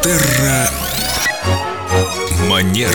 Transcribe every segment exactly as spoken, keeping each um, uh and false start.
Терра Манера.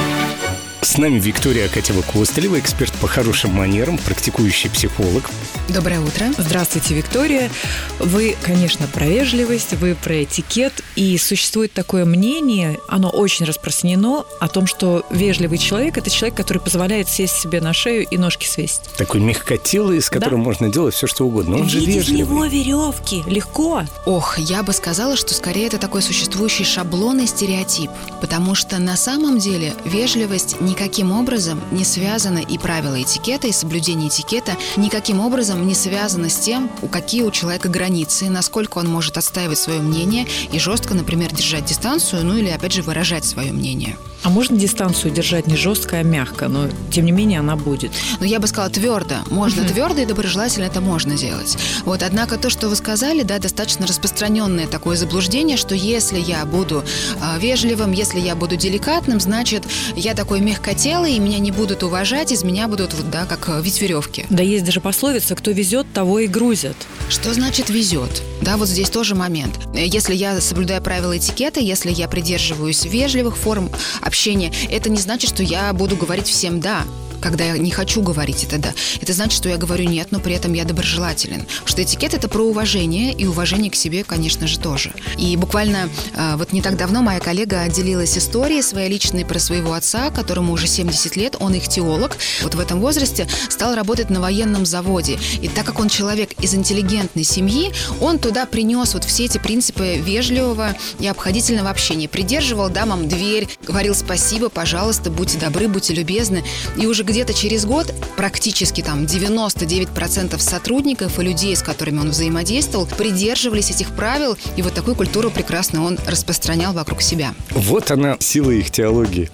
С нами Виктория Акатьева-Костылева, эксперт по хорошим манерам, практикующий психолог. Доброе утро. Здравствуйте, Виктория. Вы, конечно, про вежливость, вы про этикет. И существует такое мнение, оно очень распространено, о том, что вежливый человек – это человек, который позволяет сесть себе на шею и ножки свесить. Такой мягкотелый, с которым Да. можно делать все, что угодно. Он же Видеть вежливый. него веревки легко. Ох, я бы сказала, что скорее это такой существующий шаблон и стереотип. Потому что на самом деле вежливость никаким образом не связана, и правила этикета, и соблюдение этикета никаким образом не связано с тем, у какие у человека границы, насколько он может отстаивать свое мнение и жестко, например, держать дистанцию, ну или, опять же, выражать свое мнение. А можно дистанцию держать не жестко, а мягко, но тем не менее она будет. Но я бы сказала твердо. Можно Мгм. твердо и доброжелательно это можно делать. Вот, однако то, что вы сказали, да, достаточно распространенное такое заблуждение, что если я буду э, вежливым, если я буду деликатным, значит, я такой мягкотелый, и меня не будут уважать, из меня будут, вот, да, как э, вить веревки. Да есть даже пословица: кто везет, того и грузят. Что значит везет? Да, вот здесь тоже момент. Если я соблюдаю правила этикета, если я придерживаюсь вежливых форм общения, это не значит, что я буду говорить всем «да», когда я не хочу говорить это «да». Это значит, что я говорю «нет», но при этом я доброжелателен. Потому что этикет – это про уважение, и уважение к себе, конечно же, тоже. И буквально э, вот не так давно моя коллега делилась историей своей личной про своего отца, которому уже семьдесят лет, он ихтиолог. Вот в этом возрасте стал работать на военном заводе. И так как он человек из интеллигентной семьи, он туда принес вот все эти принципы вежливого и обходительного общения. Придерживал дамам дверь, говорил спасибо, пожалуйста, будьте добры, будьте любезны. И уже где-то через год практически там девяносто девять процентов сотрудников и людей, с которыми он взаимодействовал, придерживались этих правил, и вот такую культуру прекрасно он распространял вокруг себя. Вот она, сила их теологии.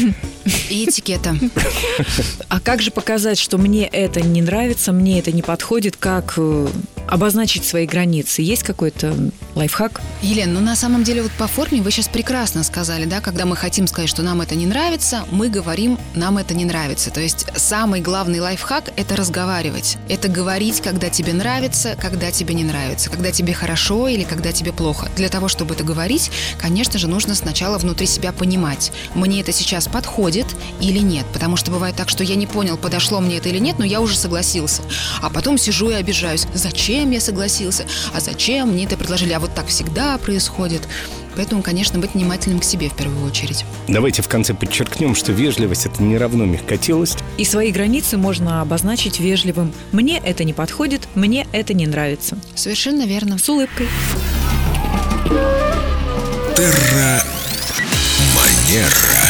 И этикета. А как же показать, что мне это не нравится, мне это не подходит, как э, обозначить свои границы? Есть какой-то лайфхак? Елена, ну на самом деле вот по форме вы сейчас прекрасно сказали, да, когда мы хотим сказать, что нам это не нравится, мы говорим, нам это не нравится. То есть самый главный лайфхак – это разговаривать. Это говорить, когда тебе нравится, когда тебе не нравится, когда тебе хорошо или когда тебе плохо. Для того, чтобы это говорить, конечно же, нужно сначала внутри себя понимать, мне это сейчас подходит или нет. Потому что бывает так, что я не понял, подошло мне это или нет, но я уже согласился. А потом сижу и обижаюсь. Зачем я согласился? А зачем мне это предложили? А вот так всегда происходит. Поэтому, конечно, быть внимательным к себе в первую очередь. Давайте в конце подчеркнем, что вежливость – это не равно мягкотелость. И свои границы можно обозначить вежливым: мне это не подходит, мне это не нравится. Совершенно верно. С улыбкой. Терра Манера.